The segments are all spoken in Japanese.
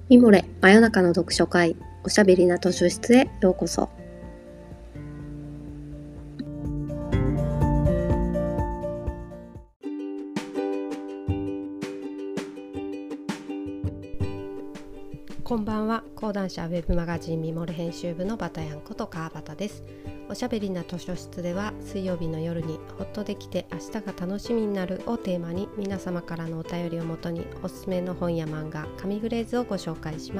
ミモレ真夜中の読書会、おしゃべりな図書室へようこそ。こんばんは。講談社ウェブマガジンミモレ編集部のバタヤンこと川端です。おしゃべりな図書室では、水曜日の夜にほっとできて明日が楽しみになるをテーマに、皆様からのお便りをもとにおすすめの本や漫画、紙フレーズをご紹介します。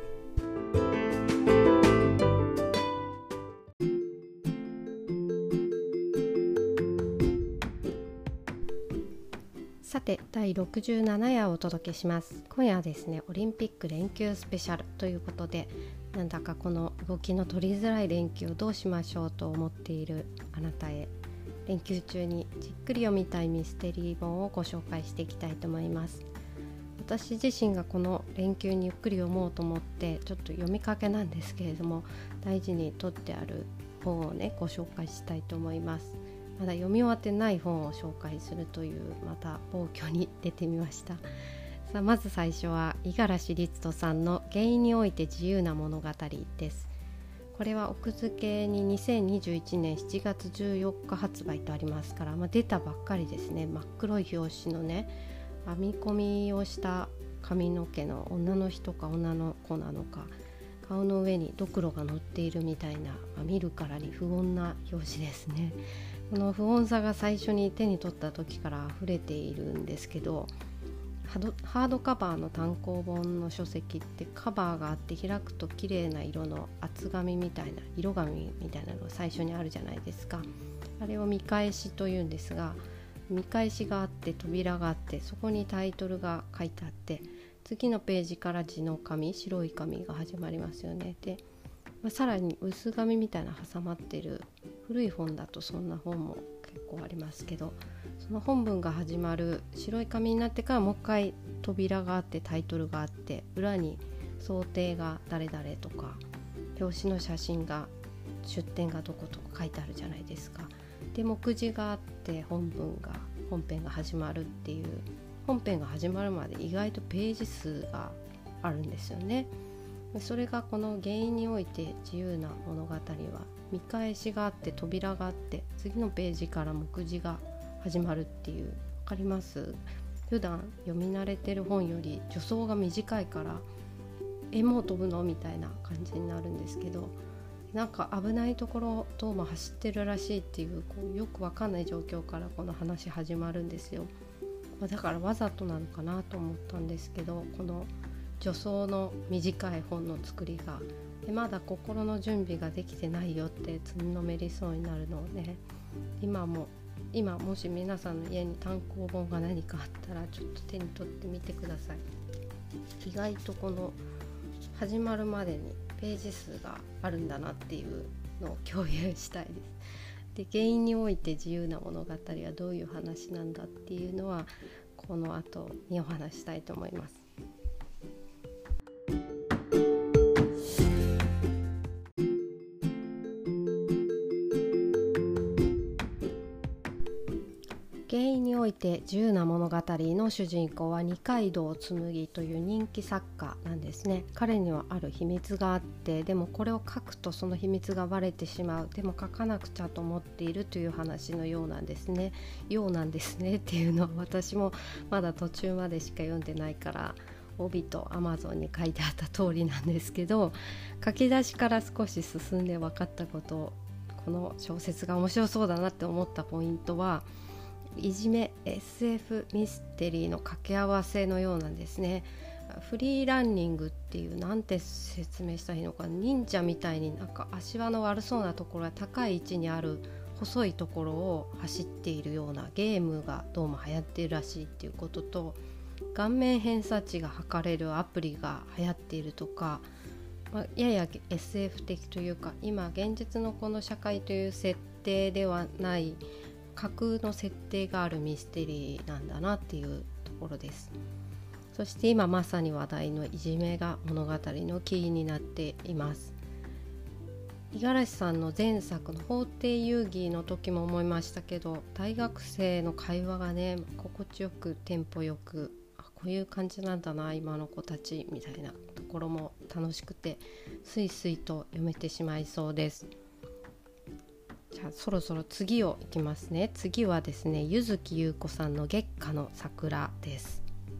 さて、第67夜をお届けします。今夜はですね、オリンピック連休スペシャルということで、なんだかこの動きの取りづらい連休をどうしましょうと思っているあなたへ、連休中にじっくり読みたいミステリー本をご紹介していきたいと思います。私自身がこの連休にゆっくり読もうと思ってちょっと読みかけなんですけれども、大事に取ってある本をね、ご紹介したいと思います。まだ読み終わってない本を紹介するという、また暴挙に出てみました。さあ、まず最初は五十嵐律人さんの原因において自由な物語です。これは奥付けに2021年7月14日発売とありますから、出たばっかりですね。真っ黒い表紙のね、編み込みをした髪の毛の女の人か女の子なのか、顔の上にドクロが乗っているみたいな、見るからに不穏な表紙ですね。この不穏さが最初に手に取った時から溢れているんですけど、ハードカバーの単行本の書籍ってカバーがあって、開くと綺麗な色の厚紙みたいな、色紙みたいなのが最初にあるじゃないですか。あれを見返しというんですが、見返しがあって扉があって、そこにタイトルが書いてあって、次のページから地の紙、白い紙が始まりますよね。で、さらに薄紙みたいな挟まってる古い本だとそんな本も結構ありますけど、その本文が始まる白い紙になってからもう一回扉があってタイトルがあって、裏に想定が誰々とか、表紙の写真が、出典がどことか書いてあるじゃないですか。で、目次があって本編が始まるっていう、本編が始まるまで意外とページ数があるんですよね。それがこの原因において自由な物語は、見返しがあって扉があって、次のページから目次が始まるっていう、わかります？普段読み慣れてる本より序奏が短いから、もう飛ぶのみたいな感じになるんですけど、なんか危ないところどうも走ってるらしいっていう、よくわかんない状況からこの話始まるんですよ。だからわざとなのかなと思ったんですけど、この序奏の短い本の作りが、まだ心の準備ができてないよってつんのめりそうになるのをね、今もし皆さんの家に単行本が何かあったら、ちょっと手に取ってみてください。意外とこの始まるまでにページ数があるんだなっていうのを共有したいです。で、原因において自由な物語はどういう話なんだっていうのは、この後にお話したいと思います。原因において自由な物語の主人公は二階堂紬という人気作家なんですね。彼にはある秘密があって、でもこれを書くとその秘密がバレてしまう。でも書かなくちゃと思っているという話のようなんですね。っていうのは、私もまだ途中までしか読んでないから帯と Amazon に書いてあった通りなんですけど、書き出しから少し進んで分かったこと、この小説が面白そうだなって思ったポイントは、いじめ SF ミステリーの掛け合わせのようなんですね。フリーランニングっていう、なんて説明したらいいのか、忍者みたいになんか足場の悪そうなところや高い位置にある細いところを走っているようなゲームがどうも流行っているらしいっていうことと、顔面偏差値が測れるアプリが流行っているとか、やや SF 的というか、今現実のこの社会という設定ではない架空の設定があるミステリーなんだなっていうところです。そして今まさに話題のいじめが物語のキーになっています。五十嵐さんの前作の法廷遊戯の時も思いましたけど、大学生の会話がね、心地よくテンポよく、こういう感じなんだな今の子たちみたいなところも楽しくてスイスイと読めてしまいそうです。じゃあそろそろ次をいきますね。次はですね、柚木優子さんの月下の桜です。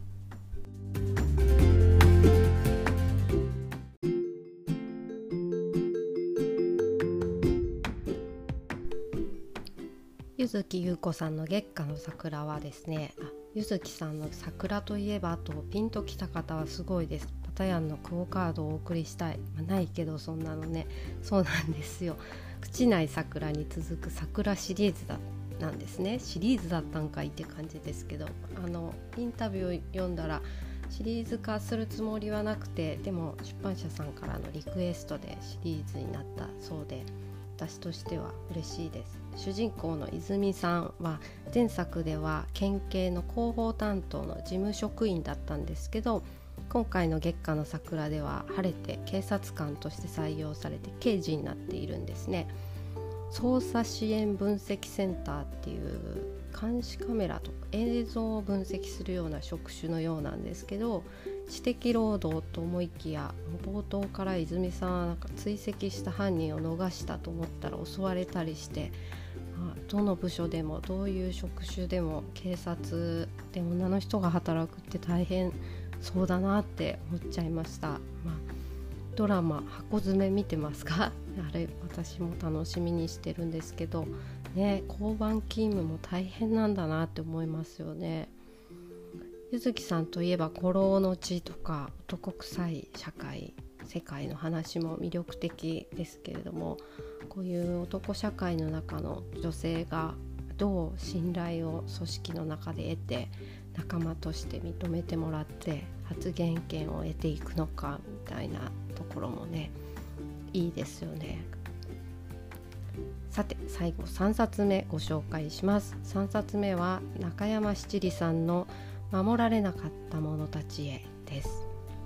柚木優子さんの月下の桜はですね、柚木さんの桜といえばとピンときた方はすごいです。パタヤンのクオカードをお送りしたい、ないけどそんなのね。そうなんですよ。口内桜に続く桜シリーズなんですね。シリーズだったんかいって感じですけど、インタビューを読んだらシリーズ化するつもりはなくて、でも出版社さんからのリクエストでシリーズになったそうで、私としては嬉しいです。主人公の泉さんは前作では県警の広報担当の事務職員だったんですけど、今回の月下の桜では晴れて警察官として採用されて刑事になっているんですね。捜査支援分析センターっていう監視カメラとか映像を分析するような職種のようなんですけど、知的労働と思いきや冒頭から泉さんは追跡した犯人を逃したと思ったら襲われたりして、どの部署でもどういう職種でも警察で女の人が働くって大変そうだなって思っちゃいました。ドラマ箱詰め見てますか？あれ私も楽しみにしてるんですけどね、交番勤務も大変なんだなって思いますよね。柚木さんといえば孤狼の血とか男臭い社会世界の話も魅力的ですけれども、こういう男社会の中の女性がどう信頼を組織の中で得て仲間として認めてもらって発言権を得ていくのかみたいなところもね、いいですよね。さて最後3冊目ご紹介します。3冊目は中山七里さんの守られなかった者たちへです。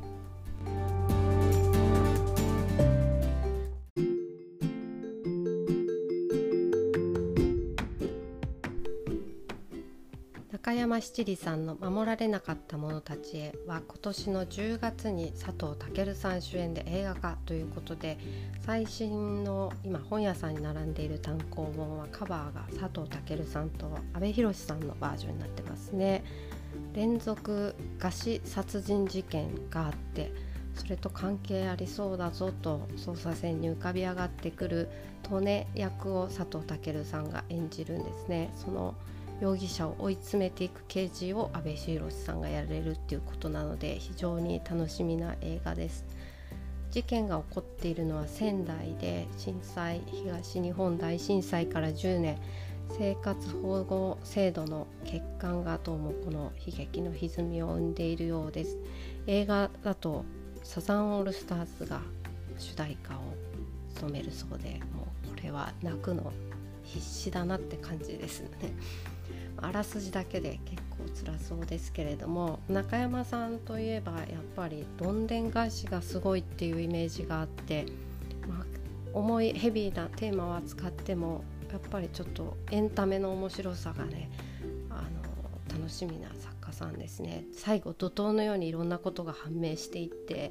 中山七里さんの守られなかった者たちへは今年の10月に佐藤健さん主演で映画化ということで、最新の今本屋さんに並んでいる単行本はカバーが佐藤健さんと阿部寛さんのバージョンになってますね。連続餓死殺人事件があって、それと関係ありそうだぞと捜査線に浮かび上がってくる利根役を佐藤健さんが演じるんですね。その容疑者を追い詰めていく刑事を阿部寛さんがやれるっていうことなので、非常に楽しみな映画です。事件が起こっているのは仙台で、東日本大震災から10年、生活保護制度の欠陥がどうもこの悲劇の歪みを生んでいるようです。映画だとサザンオールスターズが主題歌を務めるそうで、もうこれは泣くの必死だなって感じですね。あらすじだけで結構辛そうですけれども、中山さんといえばやっぱりどんでん返しがすごいっていうイメージがあって、重いヘビーなテーマを扱ってもやっぱりちょっとエンタメの面白さがね、楽しみな作家さんですね。最後怒涛のようにいろんなことが判明していって、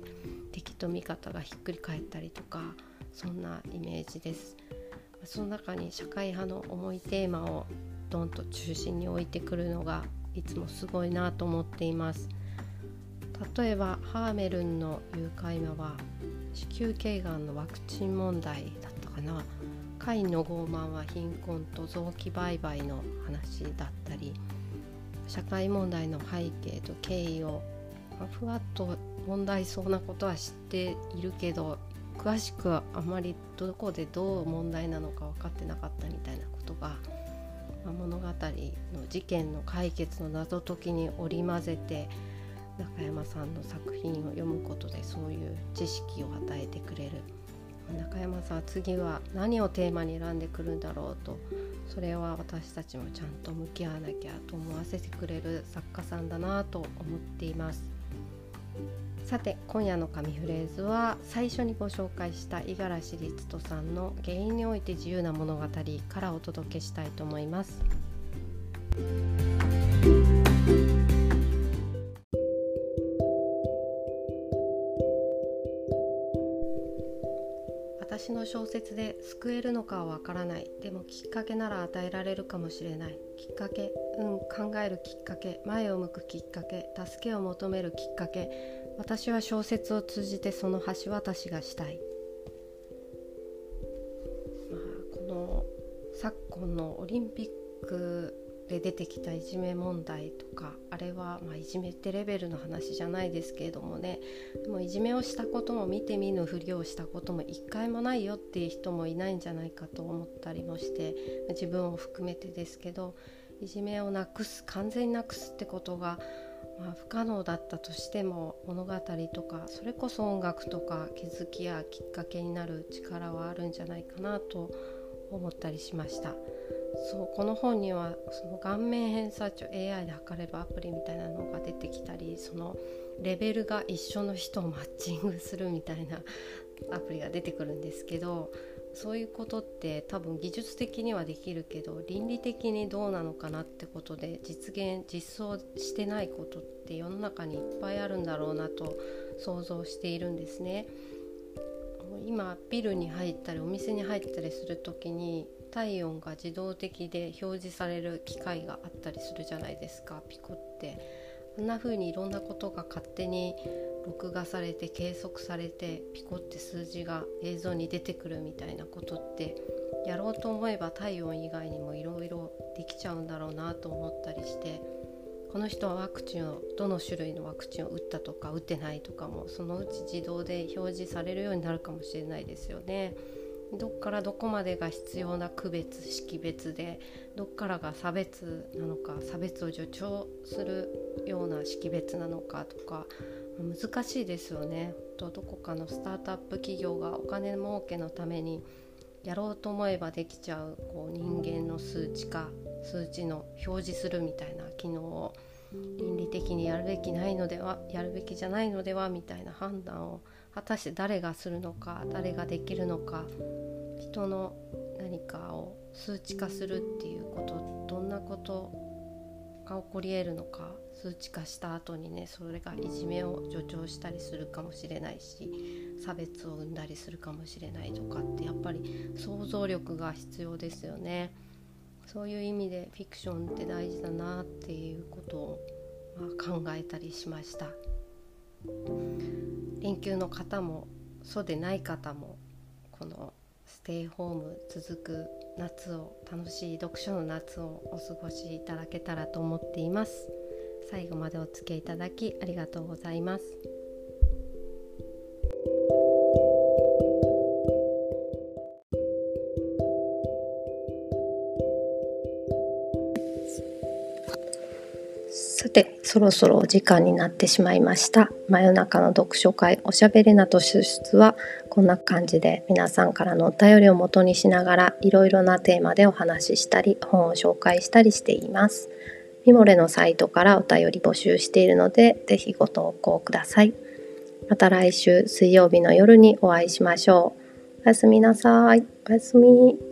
敵と味方がひっくり返ったりとか、そんなイメージです。その中に社会派の重いテーマをドンと中心に置いてくるのがいつもすごいなと思っています。例えばハーメルンの誘拐魔は子宮頸がんのワクチン問題だったかな、カインの傲慢は貧困と臓器売買の話だったり、社会問題の背景と経緯をふわっと問題そうなことは知っているけど、詳しくはあまりどこでどう問題なのか分かってなかったみたいなことが、物語の事件の解決の謎解きに織り交ぜて、中山さんの作品を読むことでそういう知識を与えてくれる。中山さんは次は何をテーマに選んでくるんだろうと、それは私たちもちゃんと向き合わなきゃと思わせてくれる作家さんだなと思っています。さて今夜の神フレーズは最初にご紹介した五十嵐律人さんの原因において自由な物語からお届けしたいと思います。 小説で救えるのかはわからない。でもきっかけなら与えられるかもしれない。きっかけ、考えるきっかけ、前を向くきっかけ、助けを求めるきっかけ。私は小説を通じてその橋渡しがしたい。この昨今のオリンピックで出てきたいじめ問題とか、あれはいじめってレベルの話じゃないですけれどもね、でもいじめをしたことも見て見ぬふりをしたことも一回もないよっていう人もいないんじゃないかと思ったりもして、自分を含めてですけど、いじめをなくす、完全になくすってことが、不可能だったとしても、物語とかそれこそ音楽とか気づきやきっかけになる力はあるんじゃないかなと思ったりしました。この本にはその顔面偏差値を AI で測れるアプリみたいなのが出てきたり、そのレベルが一緒の人をマッチングするみたいなアプリが出てくるんですけど、そういうことって多分技術的にはできるけど倫理的にどうなのかなってことで、実装してないことって世の中にいっぱいあるんだろうなと想像しているんですね。今ビルに入ったりお店に入ったりするときに体温が自動的で表示される機械があったりするじゃないですか。ピコって、あんな風にいろんなことが勝手に録画されて計測されて、ピコって数字が映像に出てくるみたいなことってやろうと思えば体温以外にもいろいろできちゃうんだろうなと思ったりして、この人はワクチンをどの種類のワクチンを打ったとか打ってないとかもそのうち自動で表示されるようになるかもしれないですよね。どっからどこまでが必要な区別識別で、どっからが差別なのか、差別を助長するような識別なのかとか難しいですよね。どこかのスタートアップ企業がお金儲けのためにやろうと思えばできちゃう、人間の数値化、数値の表示するみたいな機能を倫理的にやるべきないのでは、やるべきじゃないのではみたいな判断を果たして誰がするのか、誰ができるのか、人の何かを数値化するっていうこと、どんなことが起こり得るのか、数値化した後にね、それがいじめを助長したりするかもしれないし、差別を生んだりするかもしれないとかって、やっぱり想像力が必要ですよね。そういう意味でフィクションって大事だなっていうことを考えたりしました。連休の方もそうでない方も、このステイホーム続く夏を、楽しい読書の夏をお過ごしいただけたらと思っています。最後までお付き合いいただきありがとうございます。さて、そろそろお時間になってしまいました。真夜中の読書会おしゃべりなと書室はこんな感じで、皆さんからのお便りを元にしながらいろいろなテーマでお話ししたり、本を紹介したりしています。ミモレのサイトからお便り募集しているので、ぜひご投稿ください。また来週水曜日の夜にお会いしましょう。おやすみなさい。おやすみ。